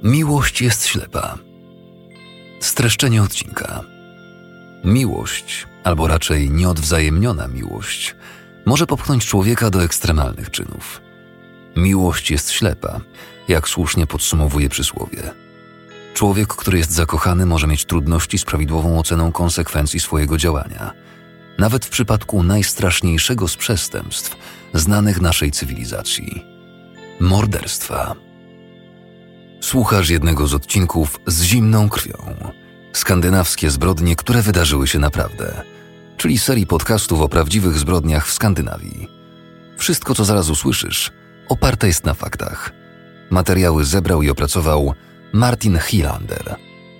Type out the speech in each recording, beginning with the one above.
Miłość jest ślepa. Streszczenie odcinka. Miłość, albo raczej nieodwzajemniona miłość, może popchnąć człowieka do ekstremalnych czynów. Miłość jest ślepa, jak słusznie podsumowuje przysłowie. Człowiek, który jest zakochany, może mieć trudności z prawidłową oceną konsekwencji swojego działania, nawet w przypadku najstraszniejszego z przestępstw znanych naszej cywilizacji – morderstwa. Słuchasz jednego z odcinków z zimną krwią. Skandynawskie zbrodnie, które wydarzyły się naprawdę, czyli serii podcastów o prawdziwych zbrodniach w Skandynawii. Wszystko, co zaraz usłyszysz, oparte jest na faktach. Materiały zebrał i opracował Martin Hylander.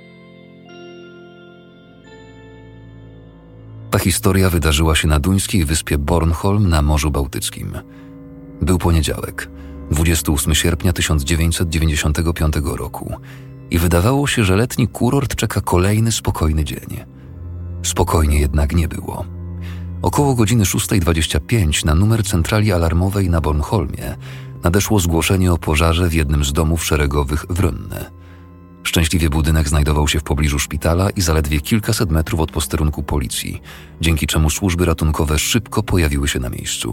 Ta historia wydarzyła się na duńskiej wyspie Bornholm na Morzu Bałtyckim. Był poniedziałek, 28 sierpnia 1995 roku i wydawało się, że letni kurort czeka kolejny spokojny dzień. Spokojnie jednak nie było. Około godziny 6:25 na numer centrali alarmowej na Bornholmie nadeszło zgłoszenie o pożarze w jednym z domów szeregowych w Rönne. Szczęśliwie budynek znajdował się w pobliżu szpitala i zaledwie kilkaset metrów od posterunku policji, dzięki czemu służby ratunkowe szybko pojawiły się na miejscu.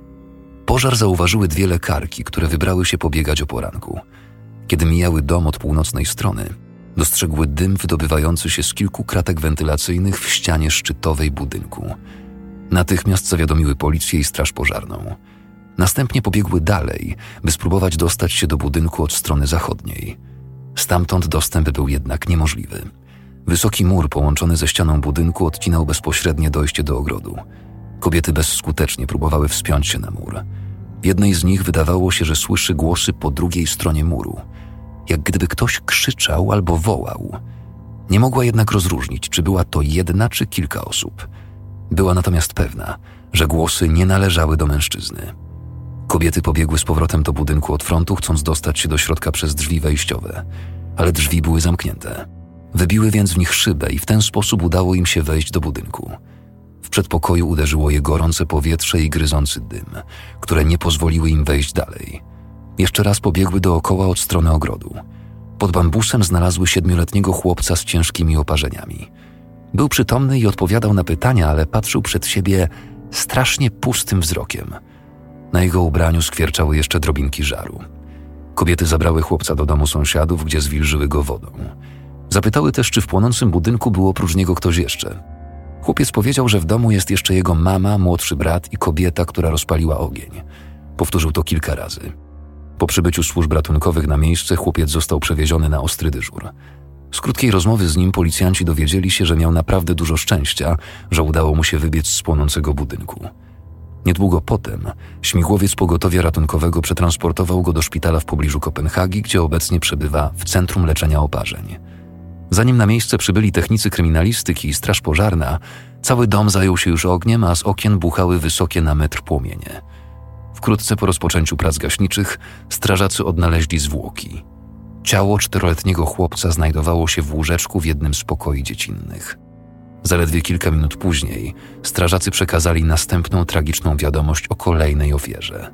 Pożar zauważyły dwie lekarki, które wybrały się pobiegać o poranku. Kiedy mijały dom od północnej strony, dostrzegły dym wydobywający się z kilku kratek wentylacyjnych w ścianie szczytowej budynku. Natychmiast zawiadomiły policję i straż pożarną. Następnie pobiegły dalej, by spróbować dostać się do budynku od strony zachodniej. Stamtąd dostęp był jednak niemożliwy. Wysoki mur połączony ze ścianą budynku odcinał bezpośrednie dojście do ogrodu. Kobiety bezskutecznie próbowały wspiąć się na mur. Jednej z nich wydawało się, że słyszy głosy po drugiej stronie muru, jak gdyby ktoś krzyczał albo wołał. Nie mogła jednak rozróżnić, czy była to jedna czy kilka osób. Była natomiast pewna, że głosy nie należały do mężczyzny. Kobiety pobiegły z powrotem do budynku od frontu, chcąc dostać się do środka przez drzwi wejściowe, ale drzwi były zamknięte. Wybiły więc w nich szybę i w ten sposób udało im się wejść do budynku. W przedpokoju uderzyło je gorące powietrze i gryzący dym, które nie pozwoliły im wejść dalej. Jeszcze raz pobiegły dookoła od strony ogrodu. Pod bambusem znalazły 7-letniego chłopca z ciężkimi oparzeniami. Był przytomny i odpowiadał na pytania, ale patrzył przed siebie strasznie pustym wzrokiem. Na jego ubraniu skwierczały jeszcze drobinki żaru. Kobiety zabrały chłopca do domu sąsiadów, gdzie zwilżyły go wodą. Zapytały też, czy w płonącym budynku był oprócz niego ktoś jeszcze. Chłopiec powiedział, że w domu jest jeszcze jego mama, młodszy brat i kobieta, która rozpaliła ogień. Powtórzył to kilka razy. Po przybyciu służb ratunkowych na miejsce chłopiec został przewieziony na ostry dyżur. Z krótkiej rozmowy z nim policjanci dowiedzieli się, że miał naprawdę dużo szczęścia, że udało mu się wybiec z płonącego budynku. Niedługo potem śmigłowiec pogotowia ratunkowego przetransportował go do szpitala w pobliżu Kopenhagi, gdzie obecnie przebywa w Centrum Leczenia Oparzeń. Zanim na miejsce przybyli technicy kryminalistyki i straż pożarna, cały dom zajął się już ogniem, a z okien buchały wysokie na metr płomienie. Wkrótce po rozpoczęciu prac gaśniczych strażacy odnaleźli zwłoki. Ciało 4-letniego chłopca znajdowało się w łóżeczku w jednym z pokoi dziecinnych. Zaledwie kilka minut później strażacy przekazali następną tragiczną wiadomość o kolejnej ofierze.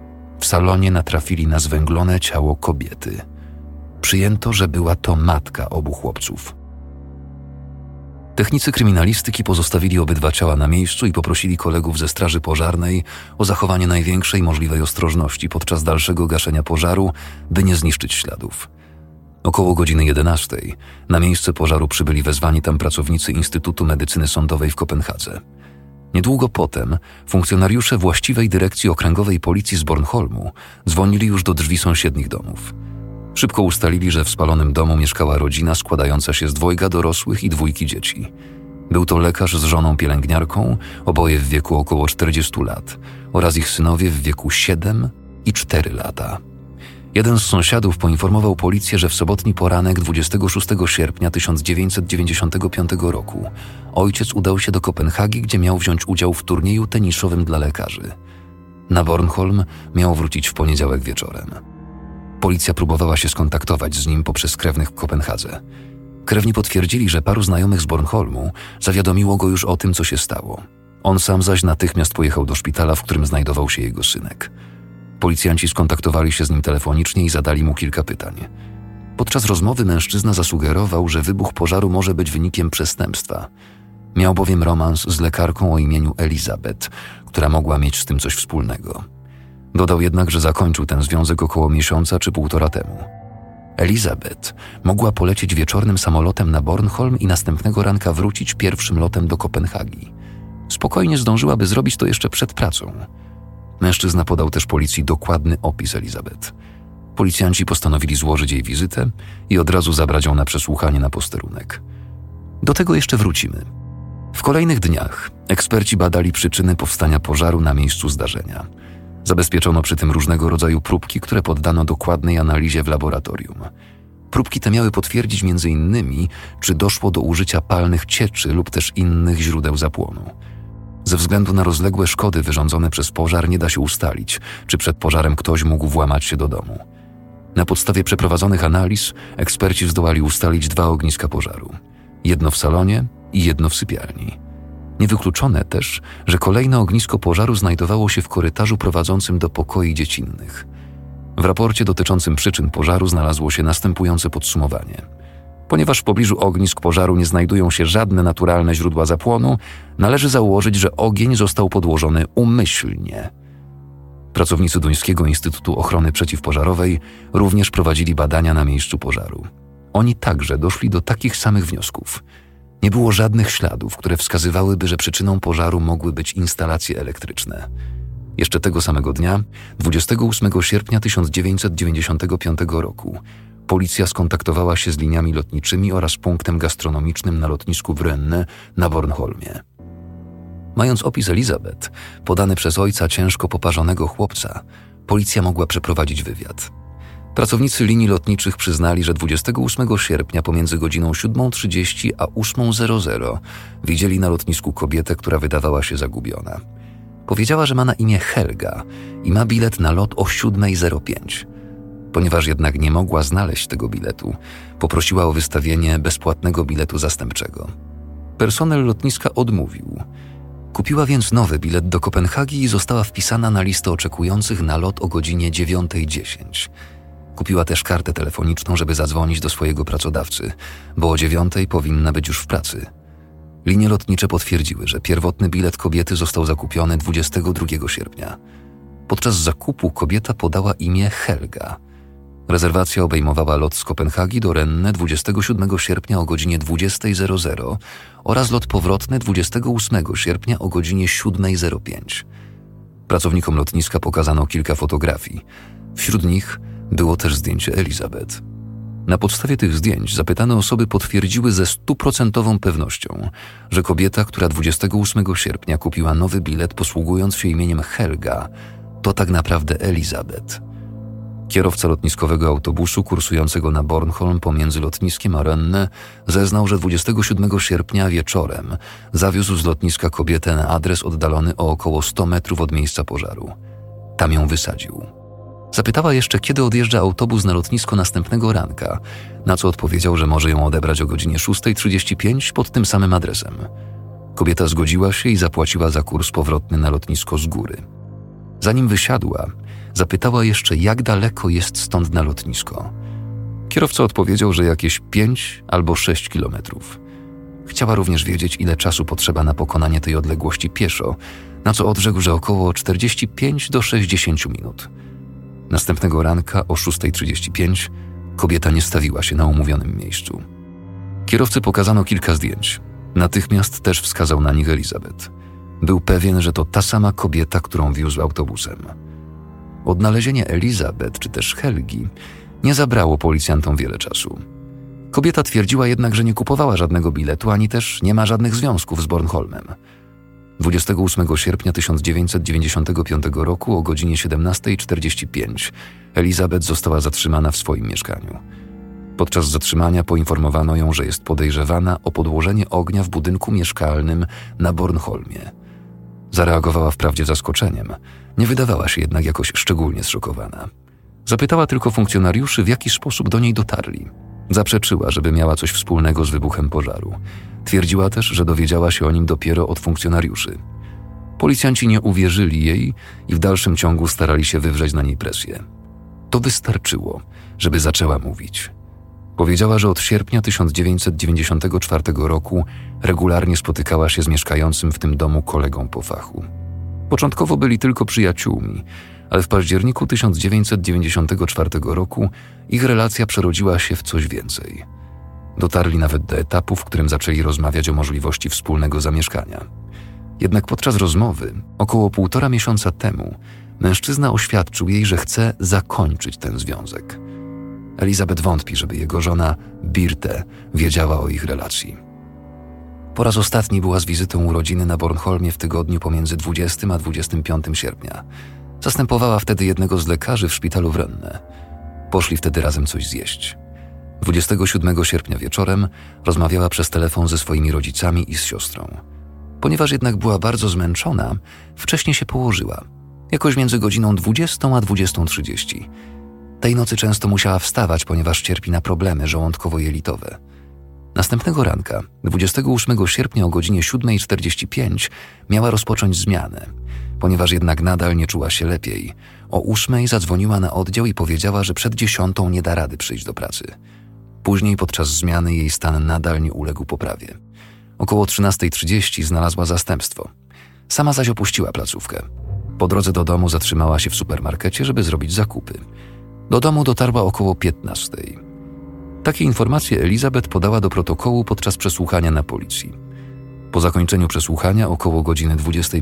W salonie natrafili na zwęglone ciało kobiety. Przyjęto, że była to matka obu chłopców. Technicy kryminalistyki pozostawili obydwa ciała na miejscu i poprosili kolegów ze straży pożarnej o zachowanie największej możliwej ostrożności podczas dalszego gaszenia pożaru, by nie zniszczyć śladów. Około godziny 11 na miejsce pożaru przybyli wezwani tam pracownicy Instytutu Medycyny Sądowej w Kopenhadze. Niedługo potem funkcjonariusze właściwej dyrekcji okręgowej policji z Bornholmu dzwonili już do drzwi sąsiednich domów. Szybko ustalili, że w spalonym domu mieszkała rodzina składająca się z 2 dorosłych i 2 dzieci. Był to lekarz z żoną pielęgniarką, oboje w wieku około 40 lat, oraz ich synowie w wieku 7 i 4 lata. Jeden z sąsiadów poinformował policję, że w sobotni poranek 26 sierpnia 1995 roku ojciec udał się do Kopenhagi, gdzie miał wziąć udział w turnieju tenisowym dla lekarzy. Na Bornholm miał wrócić w poniedziałek wieczorem. Policja próbowała się skontaktować z nim poprzez krewnych w Kopenhadze. Krewni potwierdzili, że paru znajomych z Bornholmu zawiadomiło go już o tym, co się stało. On sam zaś natychmiast pojechał do szpitala, w którym znajdował się jego synek. Policjanci skontaktowali się z nim telefonicznie i zadali mu kilka pytań. Podczas rozmowy mężczyzna zasugerował, że wybuch pożaru może być wynikiem przestępstwa. Miał bowiem romans z lekarką o imieniu Elizabeth, która mogła mieć z tym coś wspólnego. Dodał jednak, że zakończył ten związek około miesiąca czy półtora temu. Elizabeth mogła polecieć wieczornym samolotem na Bornholm i następnego ranka wrócić pierwszym lotem do Kopenhagi. Spokojnie zdążyłaby zrobić to jeszcze przed pracą. Mężczyzna podał też policji dokładny opis Elizabeth. Policjanci postanowili złożyć jej wizytę i od razu zabrać ją na przesłuchanie na posterunek. Do tego jeszcze wrócimy. W kolejnych dniach eksperci badali przyczyny powstania pożaru na miejscu zdarzenia. Zabezpieczono przy tym różnego rodzaju próbki, które poddano dokładnej analizie w laboratorium. Próbki te miały potwierdzić m.in., czy doszło do użycia palnych cieczy lub też innych źródeł zapłonu. Ze względu na rozległe szkody wyrządzone przez pożar nie da się ustalić, czy przed pożarem ktoś mógł włamać się do domu. Na podstawie przeprowadzonych analiz eksperci zdołali ustalić 2 ogniska pożaru. Jedno w salonie i jedno w sypialni. Niewykluczone też, że kolejne ognisko pożaru znajdowało się w korytarzu prowadzącym do pokoi dziecinnych. W raporcie dotyczącym przyczyn pożaru znalazło się następujące podsumowanie. Ponieważ w pobliżu ognisk pożaru nie znajdują się żadne naturalne źródła zapłonu, należy założyć, że ogień został podłożony umyślnie. Pracownicy Duńskiego Instytutu Ochrony Przeciwpożarowej również prowadzili badania na miejscu pożaru. Oni także doszli do takich samych wniosków. Nie było żadnych śladów, które wskazywałyby, że przyczyną pożaru mogły być instalacje elektryczne. Jeszcze tego samego dnia, 28 sierpnia 1995 roku, policja skontaktowała się z liniami lotniczymi oraz punktem gastronomicznym na lotnisku w Rønne na Bornholmie. Mając opis Elizabeth, podany przez ojca ciężko poparzonego chłopca, policja mogła przeprowadzić wywiad. Pracownicy linii lotniczych przyznali, że 28 sierpnia pomiędzy godziną 7:30 a 8:00 widzieli na lotnisku kobietę, która wydawała się zagubiona. Powiedziała, że ma na imię Helga i ma bilet na lot o 7:05. Ponieważ jednak nie mogła znaleźć tego biletu, poprosiła o wystawienie bezpłatnego biletu zastępczego. Personel lotniska odmówił. Kupiła więc nowy bilet do Kopenhagi i została wpisana na listę oczekujących na lot o godzinie 9:10. Kupiła też kartę telefoniczną, żeby zadzwonić do swojego pracodawcy, bo o 9:00 powinna być już w pracy. Linie lotnicze potwierdziły, że pierwotny bilet kobiety został zakupiony 22 sierpnia. Podczas zakupu kobieta podała imię Helga. Rezerwacja obejmowała lot z Kopenhagi do Rønne 27 sierpnia o godzinie 20:00 oraz lot powrotny 28 sierpnia o godzinie 7:05. Pracownikom lotniska pokazano kilka fotografii. Wśród nich było też zdjęcie Elizabeth. Na podstawie tych zdjęć zapytane osoby potwierdziły ze 100% pewnością, że kobieta, która 28 sierpnia kupiła nowy bilet posługując się imieniem Helga, to tak naprawdę Elizabeth. Kierowca lotniskowego autobusu kursującego na Bornholm pomiędzy lotniskiem a Rønne zeznał, że 27 sierpnia wieczorem zawiózł z lotniska kobietę na adres oddalony o około 100 metrów od miejsca pożaru. Tam ją wysadził. Zapytała jeszcze, kiedy odjeżdża autobus na lotnisko następnego ranka, na co odpowiedział, że może ją odebrać o godzinie 6:35 pod tym samym adresem. Kobieta zgodziła się i zapłaciła za kurs powrotny na lotnisko z góry. Zanim wysiadła, zapytała jeszcze, jak daleko jest stąd na lotnisko. Kierowca odpowiedział, że jakieś 5 albo 6 kilometrów. Chciała również wiedzieć, ile czasu potrzeba na pokonanie tej odległości pieszo, na co odrzekł, że około 45 do 60 minut. Następnego ranka o 6:35 kobieta nie stawiła się na umówionym miejscu. Kierowcy pokazano kilka zdjęć. Natychmiast też wskazał na nich Elizabeth. Był pewien, że to ta sama kobieta, którą wiózł autobusem. Odnalezienie Elizabeth czy też Helgi nie zabrało policjantom wiele czasu. Kobieta twierdziła jednak, że nie kupowała żadnego biletu, ani też nie ma żadnych związków z Bornholmem. 28 sierpnia 1995 roku o godzinie 17:45 Elizabeth została zatrzymana w swoim mieszkaniu. Podczas zatrzymania poinformowano ją, że jest podejrzewana o podłożenie ognia w budynku mieszkalnym na Bornholmie. Zareagowała wprawdzie zaskoczeniem, nie wydawała się jednak jakoś szczególnie zszokowana. Zapytała tylko funkcjonariuszy, w jaki sposób do niej dotarli. Zaprzeczyła, żeby miała coś wspólnego z wybuchem pożaru. Twierdziła też, że dowiedziała się o nim dopiero od funkcjonariuszy. Policjanci nie uwierzyli jej i w dalszym ciągu starali się wywrzeć na niej presję. To wystarczyło, żeby zaczęła mówić. Zapytała tylko, czy wie, jak daleko jest stąd na lotnisko. Kierowca lotniska Powiedziała, że od sierpnia 1994 roku regularnie spotykała się z mieszkającym w tym domu kolegą po fachu. Początkowo byli tylko przyjaciółmi, ale w październiku 1994 roku ich relacja przerodziła się w coś więcej. Dotarli nawet do etapu, w którym zaczęli rozmawiać o możliwości wspólnego zamieszkania. Jednak podczas rozmowy, około 1,5 miesiąca temu, mężczyzna oświadczył jej, że chce zakończyć ten związek. Elizabeth wątpi, żeby jego żona Birte wiedziała o ich relacji. Po raz ostatni była z wizytą u rodziny na Bornholmie w tygodniu pomiędzy 20 a 25 sierpnia. Zastępowała wtedy jednego z lekarzy w szpitalu w Rönne. Poszli wtedy razem coś zjeść. 27 sierpnia wieczorem rozmawiała przez telefon ze swoimi rodzicami i z siostrą. Ponieważ jednak była bardzo zmęczona, wcześnie się położyła. Jakoś między godziną 20 a 20:30. Tej nocy często musiała wstawać, ponieważ cierpi na problemy żołądkowo-jelitowe. Następnego ranka, 28 sierpnia o godzinie 7:45 miała rozpocząć zmianę. Ponieważ jednak nadal nie czuła się lepiej, o 8:00 zadzwoniła na oddział i powiedziała, że przed 10:00 nie da rady przyjść do pracy. Później podczas zmiany jej stan nadal nie uległ poprawie. Około 13:30 znalazła zastępstwo. Sama zaś opuściła placówkę. Po drodze do domu zatrzymała się w supermarkecie, żeby zrobić zakupy. Do domu dotarła około 15:00. Takie informacje Elizabeth podała do protokołu podczas przesłuchania na policji. Po zakończeniu przesłuchania około godziny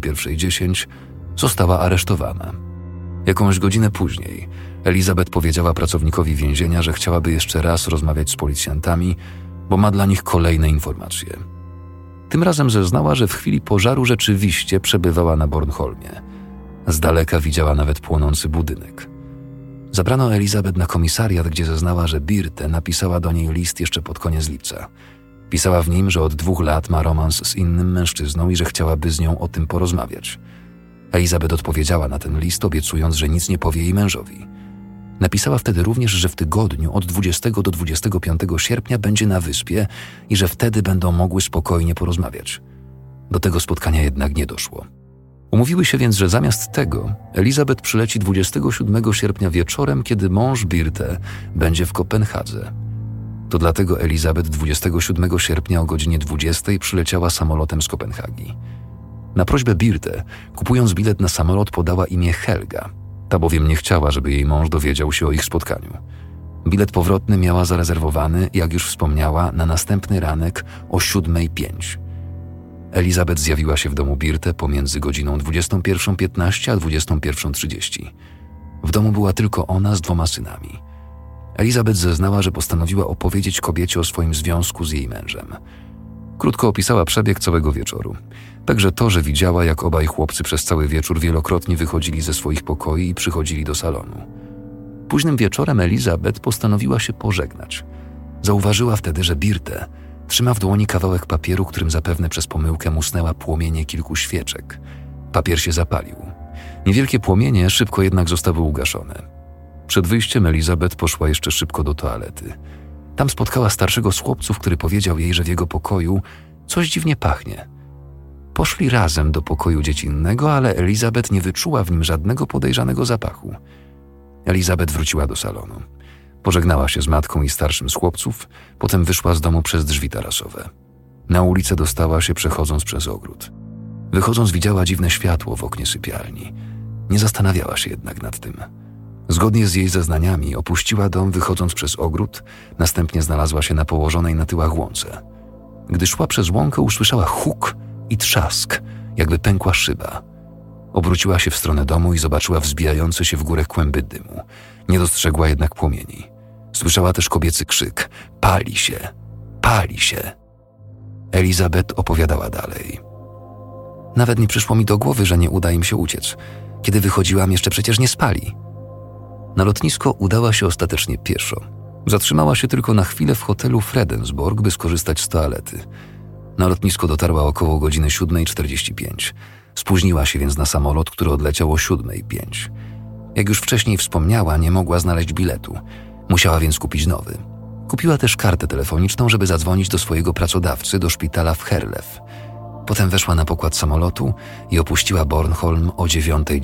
21:10 została aresztowana. Jakąś godzinę później Elizabeth powiedziała pracownikowi więzienia, że chciałaby jeszcze raz rozmawiać z policjantami, bo ma dla nich kolejne informacje. Tym razem zeznała, że w chwili pożaru rzeczywiście przebywała na Bornholmie. Z daleka widziała nawet płonący budynek. Zabrano Elizabeth na komisariat, gdzie zeznała, że Birte napisała do niej list jeszcze pod koniec lipca. Pisała w nim, że od 2 lat ma romans z innym mężczyzną i że chciałaby z nią o tym porozmawiać. Elizabeth odpowiedziała na ten list, obiecując, że nic nie powie jej mężowi. Napisała wtedy również, że w tygodniu od 20 do 25 sierpnia będzie na wyspie i że wtedy będą mogły spokojnie porozmawiać. Do tego spotkania jednak nie doszło. Umówiły się więc, że zamiast tego Elizabeth przyleci 27 sierpnia wieczorem, kiedy mąż Birte będzie w Kopenhadze. To dlatego Elizabeth 27 sierpnia o godzinie 20 przyleciała samolotem z Kopenhagi. Na prośbę Birte, kupując bilet na samolot, podała imię Helga. Ta bowiem nie chciała, żeby jej mąż dowiedział się o ich spotkaniu. Bilet powrotny miała zarezerwowany, jak już wspomniała, na następny ranek o 7:05. Elizabeth zjawiła się w domu Birte pomiędzy godziną 21:15 a 21:30. W domu była tylko ona z 2 synami. Elizabeth zeznała, że postanowiła opowiedzieć kobiecie o swoim związku z jej mężem. Krótko opisała przebieg całego wieczoru. Także to, że widziała, jak obaj chłopcy przez cały wieczór wielokrotnie wychodzili ze swoich pokoi i przychodzili do salonu. Późnym wieczorem Elizabeth postanowiła się pożegnać. Zauważyła wtedy, że Birte trzyma w dłoni kawałek papieru, którym zapewne przez pomyłkę musnęła płomienie kilku świeczek. Papier się zapalił. Niewielkie płomienie szybko jednak zostały ugaszone. Przed wyjściem Elizabeth poszła jeszcze szybko do toalety. Tam spotkała starszego z chłopców, który powiedział jej, że w jego pokoju coś dziwnie pachnie. Poszli razem do pokoju dziecinnego, ale Elizabeth nie wyczuła w nim żadnego podejrzanego zapachu. Elizabeth wróciła do salonu. Pożegnała się z matką i starszym z chłopców, potem wyszła z domu przez drzwi tarasowe. Na ulicę dostała się przechodząc przez ogród. Wychodząc widziała dziwne światło w oknie sypialni. Nie zastanawiała się jednak nad tym. Zgodnie z jej zeznaniami opuściła dom wychodząc przez ogród, następnie znalazła się na położonej na tyłach łące. Gdy szła przez łąkę, usłyszała huk i trzask, jakby pękła szyba. Obróciła się w stronę domu i zobaczyła wzbijające się w górę kłęby dymu. Nie dostrzegła jednak płomieni. Słyszała też kobiecy krzyk: pali się, pali się. Elizabeth opowiadała dalej. Nawet nie przyszło mi do głowy, że nie uda im się uciec. Kiedy wychodziłam, jeszcze przecież nie spali. Na lotnisko udała się ostatecznie pieszo. Zatrzymała się tylko na chwilę w hotelu Fredensborg, by skorzystać z toalety. Na lotnisko dotarła około godziny 7:45. Spóźniła się więc na samolot, który odleciał o 7:05. Jak już wcześniej wspomniała, nie mogła znaleźć biletu. Musiała więc kupić nowy. Kupiła też kartę telefoniczną, żeby zadzwonić do swojego pracodawcy do szpitala w Herlev. Potem weszła na pokład samolotu i opuściła Bornholm o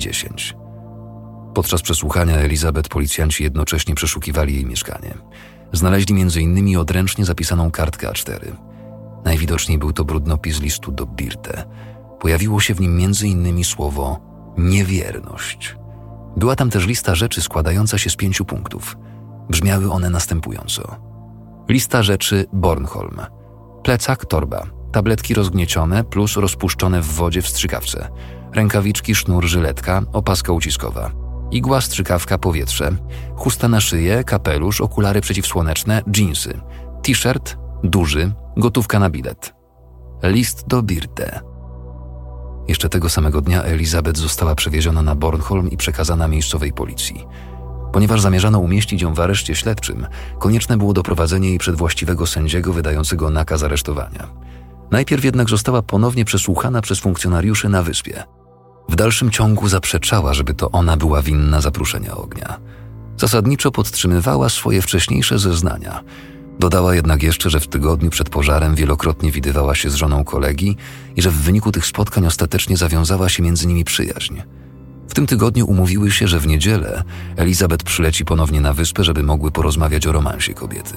9:10. Podczas przesłuchania Elizabeth policjanci jednocześnie przeszukiwali jej mieszkanie. Znaleźli m.in. odręcznie zapisaną kartkę A4. Najwidoczniej był to brudnopis listu do Birte. Pojawiło się w nim m.in. słowo niewierność. Była tam też lista rzeczy składająca się z 5 punktów. Brzmiały one następująco. Lista rzeczy Bornholm. Plecak, torba, tabletki rozgniecione plus rozpuszczone w wodzie w strzykawce, rękawiczki, sznur, żyletka, opaska uciskowa, igła, strzykawka, powietrze, chusta na szyję, kapelusz, okulary przeciwsłoneczne, dżinsy, t-shirt, duży, gotówka na bilet. List do Birte. Jeszcze tego samego dnia Elizabeth została przewieziona na Bornholm i przekazana miejscowej policji. Ponieważ zamierzano umieścić ją w areszcie śledczym, konieczne było doprowadzenie jej przed właściwego sędziego wydającego nakaz aresztowania. Najpierw jednak została ponownie przesłuchana przez funkcjonariuszy na wyspie. W dalszym ciągu zaprzeczała, żeby to ona była winna zapruszenia ognia. Zasadniczo podtrzymywała swoje wcześniejsze zeznania. Dodała jednak jeszcze, że w tygodniu przed pożarem wielokrotnie widywała się z żoną kolegi i że w wyniku tych spotkań ostatecznie zawiązała się między nimi przyjaźń. W tym tygodniu umówiły się, że w niedzielę Elizabeth przyleci ponownie na wyspę, żeby mogły porozmawiać o romansie kobiety.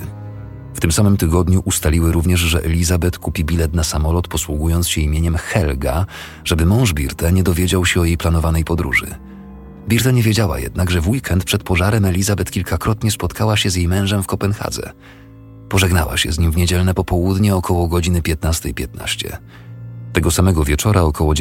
W tym samym tygodniu ustaliły również, że Elizabeth kupi bilet na samolot posługując się imieniem Helga, żeby mąż Birte nie dowiedział się o jej planowanej podróży. Birte nie wiedziała jednak, że w weekend przed pożarem Elizabeth kilkakrotnie spotkała się z jej mężem w Kopenhadze. Pożegnała się z nim w niedzielne popołudnie około godziny 15:15. Tego samego wieczora około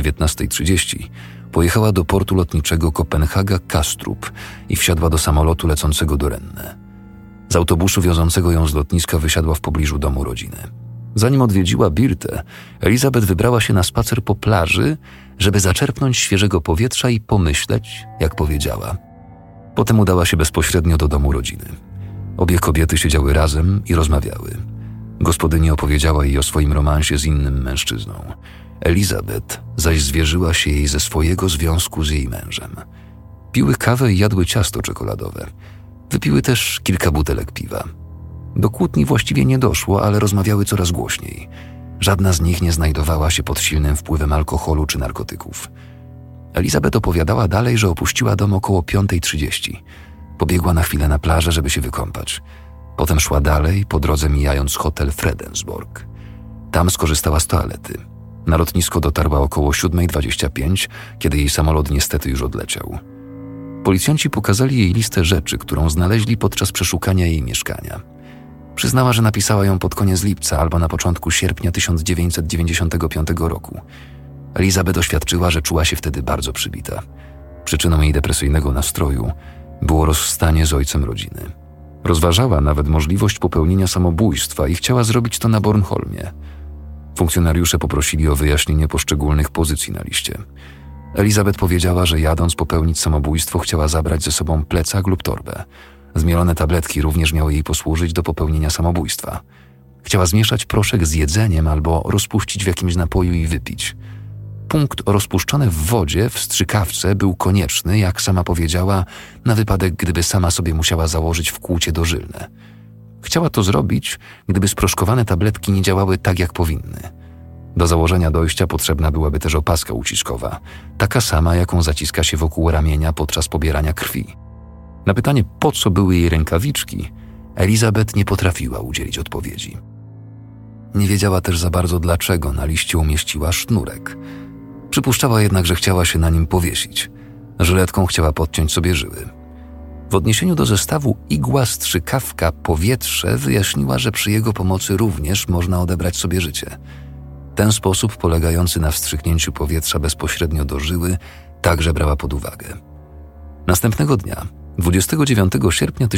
19:30 pojechała do portu lotniczego Kopenhaga-Kastrup i wsiadła do samolotu lecącego do Renne. Z autobusu wiozącego ją z lotniska wysiadła w pobliżu domu rodziny. Zanim odwiedziła Birte, Elizabeth wybrała się na spacer po plaży, żeby zaczerpnąć świeżego powietrza i pomyśleć, jak powiedziała. Potem udała się bezpośrednio do domu rodziny. Obie kobiety siedziały razem i rozmawiały. Gospodyni opowiedziała jej o swoim romansie z innym mężczyzną. Elizabeth zaś zwierzyła się jej ze swojego związku z jej mężem. Piły kawę i jadły ciasto czekoladowe. Wypiły też kilka butelek piwa. Do kłótni właściwie nie doszło, ale rozmawiały coraz głośniej. Żadna z nich nie znajdowała się pod silnym wpływem alkoholu czy narkotyków. Elizabeth opowiadała dalej, że opuściła dom około 5:30. Pobiegła na chwilę na plażę, żeby się wykąpać. Potem szła dalej, po drodze mijając hotel Fredensborg. Tam skorzystała z toalety. Na lotnisko dotarła około 7:25, kiedy jej samolot niestety już odleciał. Policjanci pokazali jej listę rzeczy, którą znaleźli podczas przeszukania jej mieszkania. Przyznała, że napisała ją pod koniec lipca albo na początku sierpnia 1995 roku. Elizabeth oświadczyła, że czuła się wtedy bardzo przybita. Przyczyną jej depresyjnego nastroju było rozstanie z ojcem rodziny. Rozważała nawet możliwość popełnienia samobójstwa i chciała zrobić to na Bornholmie. Funkcjonariusze poprosili o wyjaśnienie poszczególnych pozycji na liście. Elizabeth powiedziała, że jadąc popełnić samobójstwo chciała zabrać ze sobą plecak lub torbę. Zmielone tabletki również miały jej posłużyć do popełnienia samobójstwa. Chciała zmieszać proszek z jedzeniem albo rozpuścić w jakimś napoju i wypić. Punkt rozpuszczony w wodzie w strzykawce był konieczny, jak sama powiedziała, na wypadek, gdyby sama sobie musiała założyć wkłucie dożylne. Chciała to zrobić, gdyby sproszkowane tabletki nie działały tak, jak powinny. Do założenia dojścia potrzebna byłaby też opaska uciskowa, taka sama, jaką zaciska się wokół ramienia podczas pobierania krwi. Na pytanie, po co były jej rękawiczki, Elizabeth nie potrafiła udzielić odpowiedzi. Nie wiedziała też za bardzo, dlaczego na liście umieściła sznurek. Przypuszczała jednak, że chciała się na nim powiesić. Żyletką chciała podciąć sobie żyły. W odniesieniu do zestawu igła, strzykawka, powietrze wyjaśniła, że przy jego pomocy również można odebrać sobie życie. Ten sposób, polegający na wstrzyknięciu powietrza bezpośrednio do żyły, także brała pod uwagę. Następnego dnia, 29 sierpnia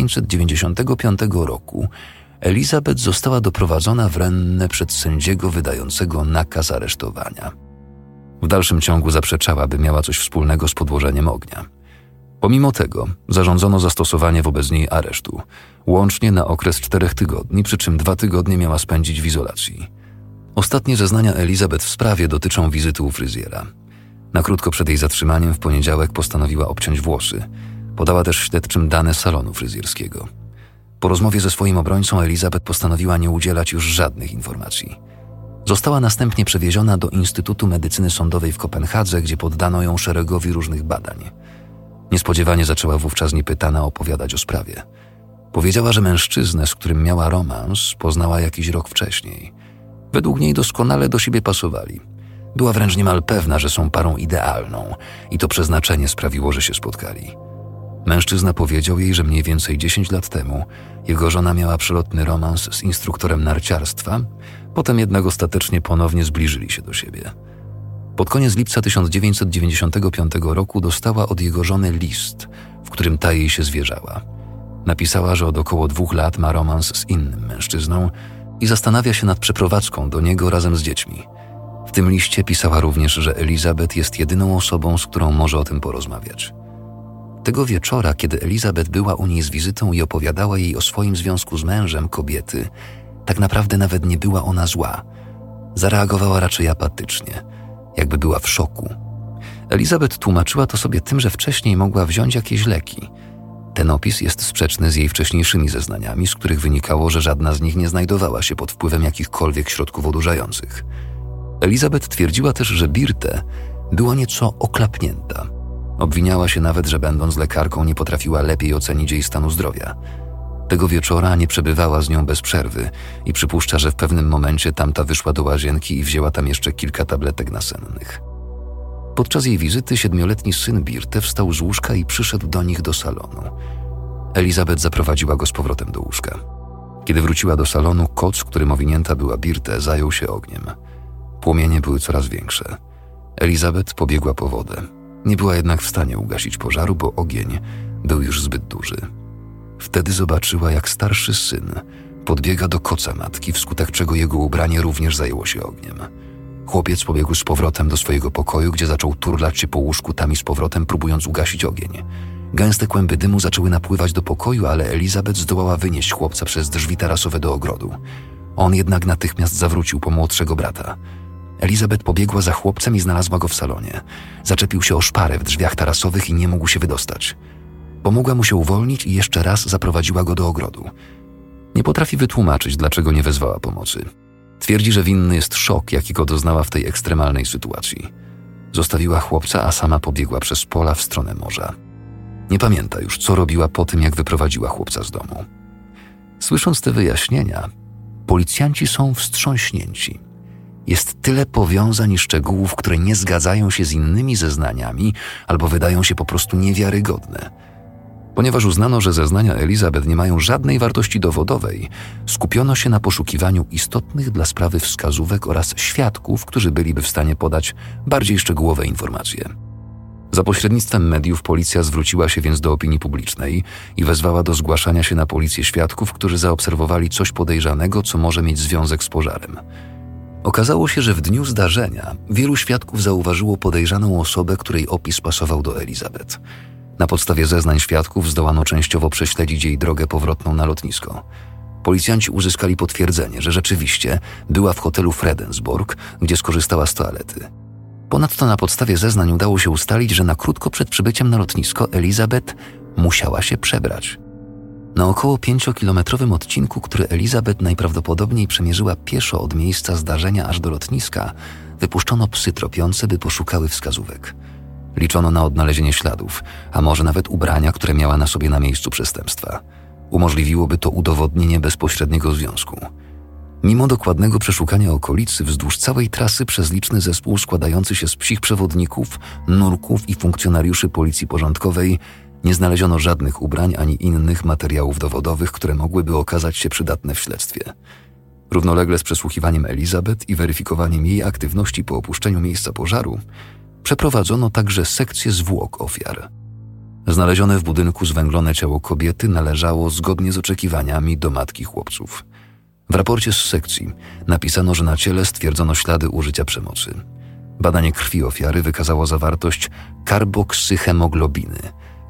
1995 roku, Elizabeth została doprowadzona w Renne przed sędziego wydającego nakaz aresztowania. W dalszym ciągu zaprzeczała, by miała coś wspólnego z podłożeniem ognia. Pomimo tego zarządzono zastosowanie wobec niej aresztu, łącznie na okres 4 tygodni, przy czym 2 tygodnie miała spędzić w izolacji. Ostatnie zeznania Elizabeth w sprawie dotyczą wizyty u fryzjera. Na krótko przed jej zatrzymaniem w poniedziałek postanowiła obciąć włosy. Podała też śledczym dane salonu fryzjerskiego. Po rozmowie ze swoim obrońcą Elizabeth postanowiła nie udzielać już żadnych informacji. Została następnie przewieziona do Instytutu Medycyny Sądowej w Kopenhadze, gdzie poddano ją szeregowi różnych badań. Niespodziewanie zaczęła wówczas niepytana opowiadać o sprawie. Powiedziała, że mężczyznę, z którym miała romans, poznała jakiś rok wcześniej. Według niej doskonale do siebie pasowali. Była wręcz niemal pewna, że są parą idealną i to przeznaczenie sprawiło, że się spotkali. Mężczyzna powiedział jej, że mniej więcej 10 lat temu jego żona miała przelotny romans z instruktorem narciarstwa, potem jednak ostatecznie ponownie zbliżyli się do siebie. Pod koniec lipca 1995 roku dostała od jego żony list, w którym ta jej się zwierzała. Napisała, że od około 2 lat ma romans z innym mężczyzną i zastanawia się nad przeprowadzką do niego razem z dziećmi. W tym liście pisała również, że Elizabeth jest jedyną osobą, z którą może o tym porozmawiać. Tego wieczora, kiedy Elizabeth była u niej z wizytą i opowiadała jej o swoim związku z mężem kobiety, tak naprawdę nawet nie była ona zła. Zareagowała raczej apatycznie, jakby była w szoku. Elizabeth tłumaczyła to sobie tym, że wcześniej mogła wziąć jakieś leki. Ten opis jest sprzeczny z jej wcześniejszymi zeznaniami, z których wynikało, że żadna z nich nie znajdowała się pod wpływem jakichkolwiek środków odurzających. Elizabeth twierdziła też, że Birthe była nieco oklapnięta. Obwiniała się nawet, że będąc lekarką nie potrafiła lepiej ocenić jej stanu zdrowia. Tego wieczora nie przebywała z nią bez przerwy i przypuszcza, że w pewnym momencie tamta wyszła do łazienki i wzięła tam jeszcze kilka tabletek nasennych. Podczas jej wizyty 7-letni syn Birthe wstał z łóżka i przyszedł do nich do salonu. Elizabeth zaprowadziła go z powrotem do łóżka. Kiedy wróciła do salonu, koc, którym owinięta była Birthe, zajął się ogniem. Płomienie były coraz większe. Elizabeth pobiegła po wodę. Nie była jednak w stanie ugasić pożaru, bo ogień był już zbyt duży. Wtedy zobaczyła, jak starszy syn podbiega do koca matki, wskutek czego jego ubranie również zajęło się ogniem. Chłopiec pobiegł z powrotem do swojego pokoju, gdzie zaczął turlać się po łóżku tam i z powrotem, próbując ugasić ogień. Gęste kłęby dymu zaczęły napływać do pokoju, ale Elizabeth zdołała wynieść chłopca przez drzwi tarasowe do ogrodu. On jednak natychmiast zawrócił po młodszego brata. Elizabeth pobiegła za chłopcem i znalazła go w salonie. Zaczepił się o szparę w drzwiach tarasowych i nie mógł się wydostać. Pomogła mu się uwolnić i jeszcze raz zaprowadziła go do ogrodu. Nie potrafi wytłumaczyć, dlaczego nie wezwała pomocy. Twierdzi, że winny jest szok, jakiego doznała w tej ekstremalnej sytuacji. Zostawiła chłopca, a sama pobiegła przez pola w stronę morza. Nie pamięta już, co robiła po tym, jak wyprowadziła chłopca z domu. Słysząc te wyjaśnienia, policjanci są wstrząśnięci. Jest tyle powiązań i szczegółów, które nie zgadzają się z innymi zeznaniami albo wydają się po prostu niewiarygodne. Ponieważ uznano, że zeznania Elizabeth nie mają żadnej wartości dowodowej, skupiono się na poszukiwaniu istotnych dla sprawy wskazówek oraz świadków, którzy byliby w stanie podać bardziej szczegółowe informacje. Za pośrednictwem mediów policja zwróciła się więc do opinii publicznej i wezwała do zgłaszania się na policję świadków, którzy zaobserwowali coś podejrzanego, co może mieć związek z pożarem. Okazało się, że w dniu zdarzenia wielu świadków zauważyło podejrzaną osobę, której opis pasował do Elizabeth. Na podstawie zeznań świadków zdołano częściowo prześledzić jej drogę powrotną na lotnisko. Policjanci uzyskali potwierdzenie, że rzeczywiście była w hotelu Fredensborg, gdzie skorzystała z toalety. Ponadto na podstawie zeznań udało się ustalić, że na krótko przed przybyciem na lotnisko Elizabeth musiała się przebrać. Na około 5-kilometrowym odcinku, który Elizabeth najprawdopodobniej przemierzyła pieszo od miejsca zdarzenia aż do lotniska, wypuszczono psy tropiące, by poszukały wskazówek. Liczono na odnalezienie śladów, a może nawet ubrania, które miała na sobie na miejscu przestępstwa. Umożliwiłoby to udowodnienie bezpośredniego związku. Mimo dokładnego przeszukania okolicy wzdłuż całej trasy przez liczny zespół składający się z psich przewodników, nurków i funkcjonariuszy policji porządkowej, nie znaleziono żadnych ubrań ani innych materiałów dowodowych, które mogłyby okazać się przydatne w śledztwie. Równolegle z przesłuchiwaniem Elizabeth i weryfikowaniem jej aktywności po opuszczeniu miejsca pożaru, przeprowadzono także sekcję zwłok ofiar. Znalezione w budynku zwęglone ciało kobiety należało, zgodnie z oczekiwaniami, do matki chłopców. W raporcie z sekcji napisano, że na ciele stwierdzono ślady użycia przemocy. Badanie krwi ofiary wykazało zawartość karboksyhemoglobiny,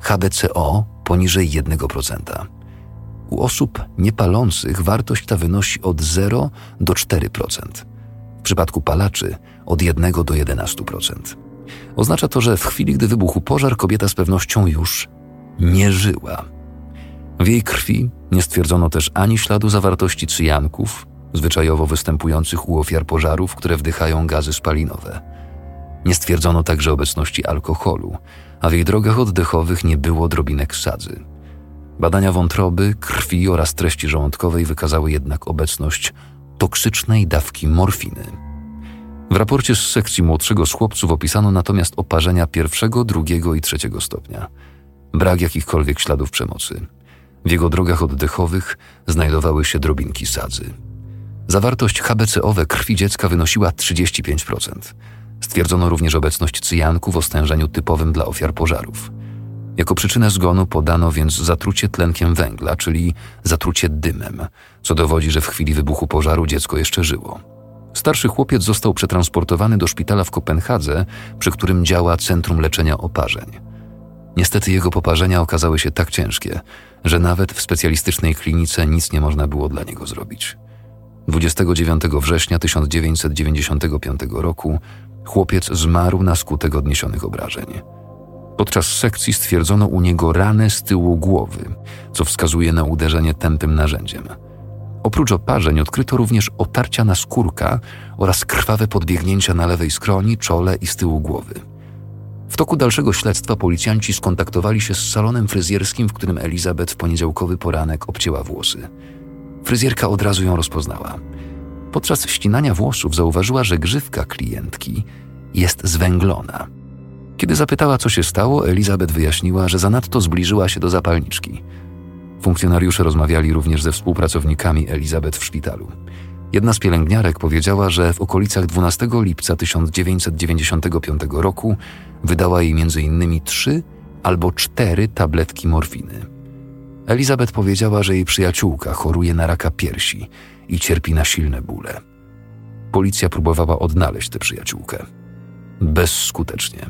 HbCO poniżej 1%. U osób niepalących wartość ta wynosi od 0 do 4%. W przypadku palaczy od 1 do 11%. Oznacza to, że w chwili, gdy wybuchł pożar, kobieta z pewnością już nie żyła. W jej krwi nie stwierdzono też ani śladu zawartości cyjanków, zwyczajowo występujących u ofiar pożarów, które wdychają gazy spalinowe. Nie stwierdzono także obecności alkoholu, a w jej drogach oddechowych nie było drobinek sadzy. Badania wątroby, krwi oraz treści żołądkowej wykazały jednak obecność toksycznej dawki morfiny. W raporcie z sekcji młodszego z chłopców opisano natomiast oparzenia 1., 2. i 3. stopnia. Brak jakichkolwiek śladów przemocy. W jego drogach oddechowych znajdowały się drobinki sadzy. Zawartość HbCO we krwi dziecka wynosiła 35%. Stwierdzono również obecność cyjanku w ostężeniu typowym dla ofiar pożarów. Jako przyczynę zgonu podano więc zatrucie tlenkiem węgla, czyli zatrucie dymem, co dowodzi, że w chwili wybuchu pożaru dziecko jeszcze żyło. Starszy chłopiec został przetransportowany do szpitala w Kopenhadze, przy którym działa Centrum Leczenia Oparzeń. Niestety jego poparzenia okazały się tak ciężkie, że nawet w specjalistycznej klinice nic nie można było dla niego zrobić. 29 września 1995 roku chłopiec zmarł na skutek odniesionych obrażeń. Podczas sekcji stwierdzono u niego ranę z tyłu głowy, co wskazuje na uderzenie tępym narzędziem. Oprócz oparzeń odkryto również otarcia naskórka oraz krwawe podbiegnięcia na lewej skroni, czole i z tyłu głowy. W toku dalszego śledztwa policjanci skontaktowali się z salonem fryzjerskim, w którym Elizabeth w poniedziałkowy poranek obcięła włosy. Fryzjerka od razu ją rozpoznała. Podczas ścinania włosów zauważyła, że grzywka klientki jest zwęglona. Kiedy zapytała, co się stało, Elizabeth wyjaśniła, że zanadto zbliżyła się do zapalniczki. Funkcjonariusze rozmawiali również ze współpracownikami Elizabeth w szpitalu. Jedna z pielęgniarek powiedziała, że w okolicach 12 lipca 1995 roku wydała jej m.in. 3 albo 4 tabletki morfiny. Elizabeth powiedziała, że jej przyjaciółka choruje na raka piersi i cierpi na silne bóle. Policja próbowała odnaleźć tę przyjaciółkę. Bezskutecznie.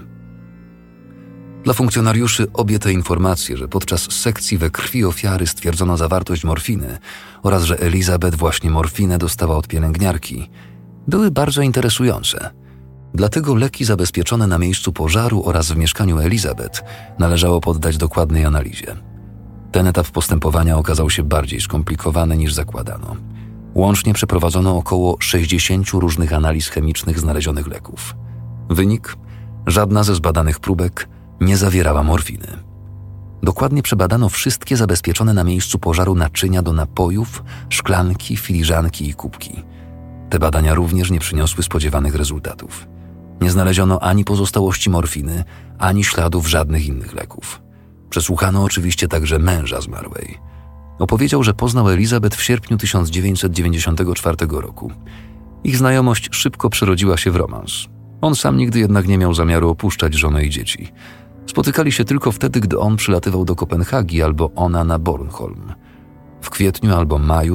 Dla funkcjonariuszy obie te informacje, że podczas sekcji we krwi ofiary stwierdzono zawartość morfiny oraz że Elizabeth właśnie morfinę dostała od pielęgniarki, były bardzo interesujące. Dlatego leki zabezpieczone na miejscu pożaru oraz w mieszkaniu Elizabeth należało poddać dokładnej analizie. Ten etap postępowania okazał się bardziej skomplikowany niż zakładano. Łącznie przeprowadzono około 60 różnych analiz chemicznych znalezionych leków. Wynik: żadna ze zbadanych próbek nie zawierała morfiny. Dokładnie przebadano wszystkie zabezpieczone na miejscu pożaru naczynia do napojów, szklanki, filiżanki i kubki. Te badania również nie przyniosły spodziewanych rezultatów. Nie znaleziono ani pozostałości morfiny, ani śladów żadnych innych leków. Przesłuchano oczywiście także męża zmarłej. Opowiedział, że poznał Elizabeth w sierpniu 1994 roku. Ich znajomość szybko przerodziła się w romans. On sam nigdy jednak nie miał zamiaru opuszczać żonę i dzieci. Spotykali się tylko wtedy, gdy on przylatywał do Kopenhagi albo ona na Bornholm. W kwietniu albo maju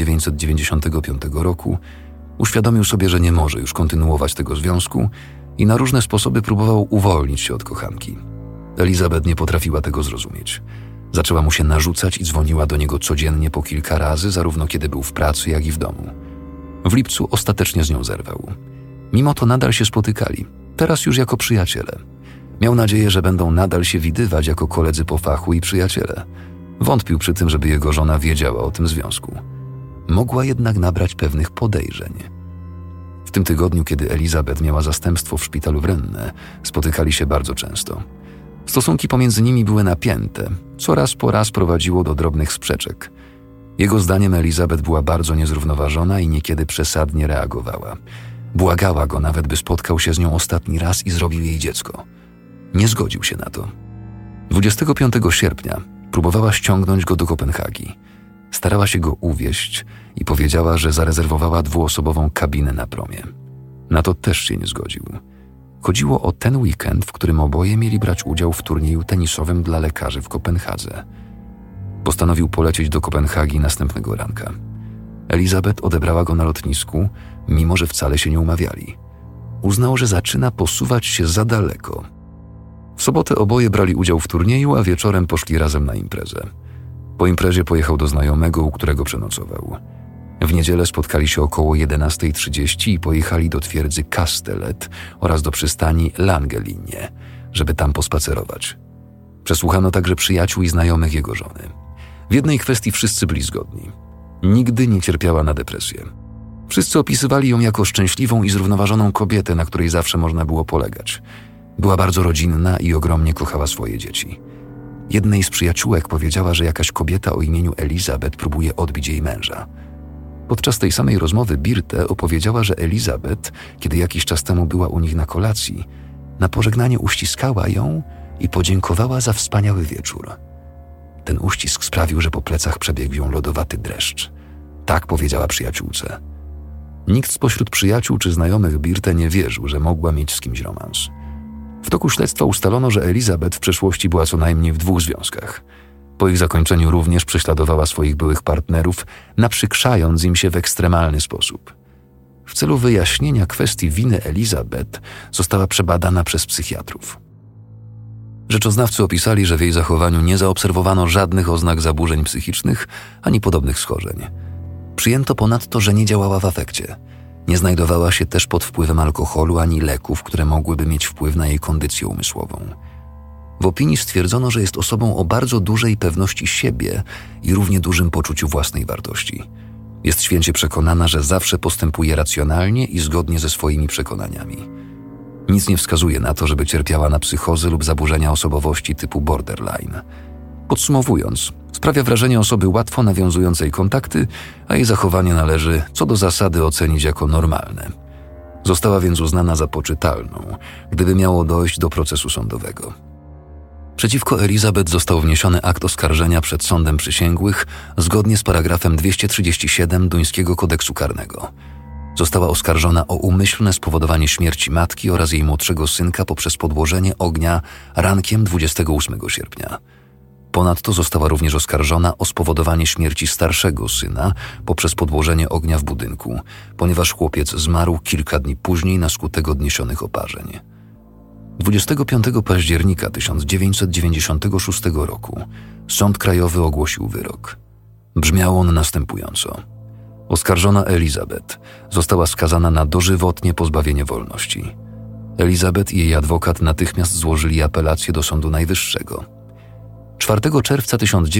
1995 roku uświadomił sobie, że nie może już kontynuować tego związku i na różne sposoby próbował uwolnić się od kochanki. Elizabeth nie potrafiła tego zrozumieć. Zaczęła mu się narzucać i dzwoniła do niego codziennie po kilka razy, zarówno kiedy był w pracy, jak i w domu. W lipcu ostatecznie z nią zerwał. Mimo to nadal się spotykali, teraz już jako przyjaciele. Miał nadzieję, że będą nadal się widywać jako koledzy po fachu i przyjaciele. Wątpił przy tym, żeby jego żona wiedziała o tym związku. Mogła jednak nabrać pewnych podejrzeń. W tym tygodniu, kiedy Elizabeth miała zastępstwo w szpitalu w Renne, spotykali się bardzo często. Stosunki pomiędzy nimi były napięte, co raz po raz prowadziło do drobnych sprzeczek. Jego zdaniem Elizabeth była bardzo niezrównoważona i niekiedy przesadnie reagowała. Błagała go nawet, by spotkał się z nią ostatni raz i zrobił jej dziecko. Nie zgodził się na to. 25 sierpnia próbowała ściągnąć go do Kopenhagi. Starała się go uwieść i powiedziała, że zarezerwowała 2-osobową kabinę na promie. Na to też się nie zgodził. Chodziło o ten weekend, w którym oboje mieli brać udział w turnieju tenisowym dla lekarzy w Kopenhadze. Postanowił polecieć do Kopenhagi następnego ranka. Elizabeth odebrała go na lotnisku, mimo że wcale się nie umawiali. Uznał, że zaczyna posuwać się za daleko. W sobotę oboje brali udział w turnieju, a wieczorem poszli razem na imprezę. Po imprezie pojechał do znajomego, u którego przenocował. W niedzielę spotkali się około 11:30 i pojechali do twierdzy Kastellet oraz do przystani Langelinie, żeby tam pospacerować. Przesłuchano także przyjaciół i znajomych jego żony. W jednej kwestii wszyscy byli zgodni. Nigdy nie cierpiała na depresję. Wszyscy opisywali ją jako szczęśliwą i zrównoważoną kobietę, na której zawsze można było polegać. Była bardzo rodzinna i ogromnie kochała swoje dzieci. Jednej z przyjaciółek powiedziała, że jakaś kobieta o imieniu Elizabeth próbuje odbić jej męża. Podczas tej samej rozmowy Birte opowiedziała, że Elizabeth, kiedy jakiś czas temu była u nich na kolacji, na pożegnanie uściskała ją i podziękowała za wspaniały wieczór. Ten uścisk sprawił, że po plecach przebiegł ją lodowaty dreszcz. Tak powiedziała przyjaciółce. Nikt spośród przyjaciół czy znajomych Birte nie wierzył, że mogła mieć z kimś romans. W toku śledztwa ustalono, że Elizabeth w przeszłości była co najmniej w 2 związkach. Po ich zakończeniu również prześladowała swoich byłych partnerów, naprzykrzając im się w ekstremalny sposób. W celu wyjaśnienia kwestii winy Elizabeth została przebadana przez psychiatrów. Rzeczoznawcy opisali, że w jej zachowaniu nie zaobserwowano żadnych oznak zaburzeń psychicznych ani podobnych schorzeń. Przyjęto ponadto, że nie działała w afekcie. Nie znajdowała się też pod wpływem alkoholu ani leków, które mogłyby mieć wpływ na jej kondycję umysłową. W opinii stwierdzono, że jest osobą o bardzo dużej pewności siebie i równie dużym poczuciu własnej wartości. Jest święcie przekonana, że zawsze postępuje racjonalnie i zgodnie ze swoimi przekonaniami. Nic nie wskazuje na to, żeby cierpiała na psychozy lub zaburzenia osobowości typu borderline. Podsumowując, sprawia wrażenie osoby łatwo nawiązującej kontakty, a jej zachowanie należy co do zasady ocenić jako normalne. Została więc uznana za poczytalną, gdyby miało dojść do procesu sądowego. Przeciwko Elizabeth został wniesiony akt oskarżenia przed sądem przysięgłych zgodnie z paragrafem 237 duńskiego kodeksu karnego. Została oskarżona o umyślne spowodowanie śmierci matki oraz jej młodszego synka poprzez podłożenie ognia rankiem 28 sierpnia. Ponadto została również oskarżona o spowodowanie śmierci starszego syna poprzez podłożenie ognia w budynku, ponieważ chłopiec zmarł kilka dni później na skutek odniesionych oparzeń. 25 października 1996 roku Sąd Krajowy ogłosił wyrok. Brzmiał on następująco. Oskarżona Elizabeth została skazana na dożywotnie pozbawienie wolności. Elizabeth i jej adwokat natychmiast złożyli apelację do Sądu Najwyższego. 4 czerwca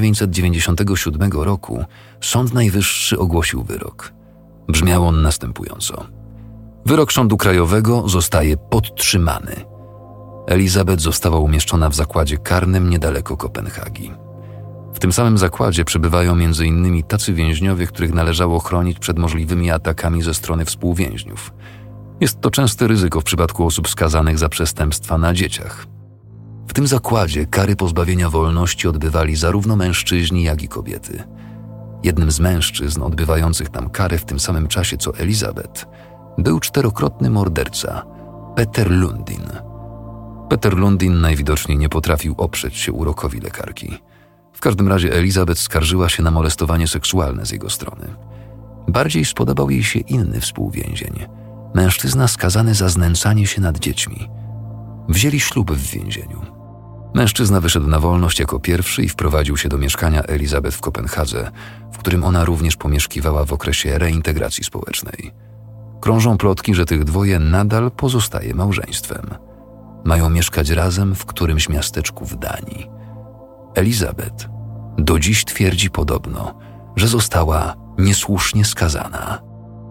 1997 roku Sąd Najwyższy ogłosił wyrok. Brzmiał on następująco. Wyrok Sądu Krajowego zostaje podtrzymany. Elizabeth została umieszczona w zakładzie karnym niedaleko Kopenhagi. W tym samym zakładzie przebywają m.in. tacy więźniowie, których należało chronić przed możliwymi atakami ze strony współwięźniów. Jest to częste ryzyko w przypadku osób skazanych za przestępstwa na dzieciach. W tym zakładzie kary pozbawienia wolności odbywali zarówno mężczyźni, jak i kobiety. Jednym z mężczyzn odbywających tam karę w tym samym czasie co Elizabeth był 4-krotny morderca Peter Lundin. Peter Lundin najwidoczniej nie potrafił oprzeć się urokowi lekarki. W każdym razie Elizabeth skarżyła się na molestowanie seksualne z jego strony. Bardziej spodobał jej się inny współwięzień, mężczyzna skazany za znęcanie się nad dziećmi. Wzięli ślub w więzieniu. Mężczyzna wyszedł na wolność jako pierwszy i wprowadził się do mieszkania Elizabeth w Kopenhadze, w którym ona również pomieszkiwała w okresie reintegracji społecznej. Krążą plotki, że tych dwoje nadal pozostaje małżeństwem. Mają mieszkać razem w którymś miasteczku w Danii. Elizabeth do dziś twierdzi podobno, że została niesłusznie skazana.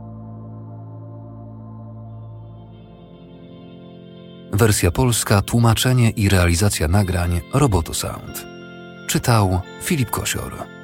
Wersja polska, tłumaczenie i realizacja nagrań Roboto Sound. Czytał Filip Kosior.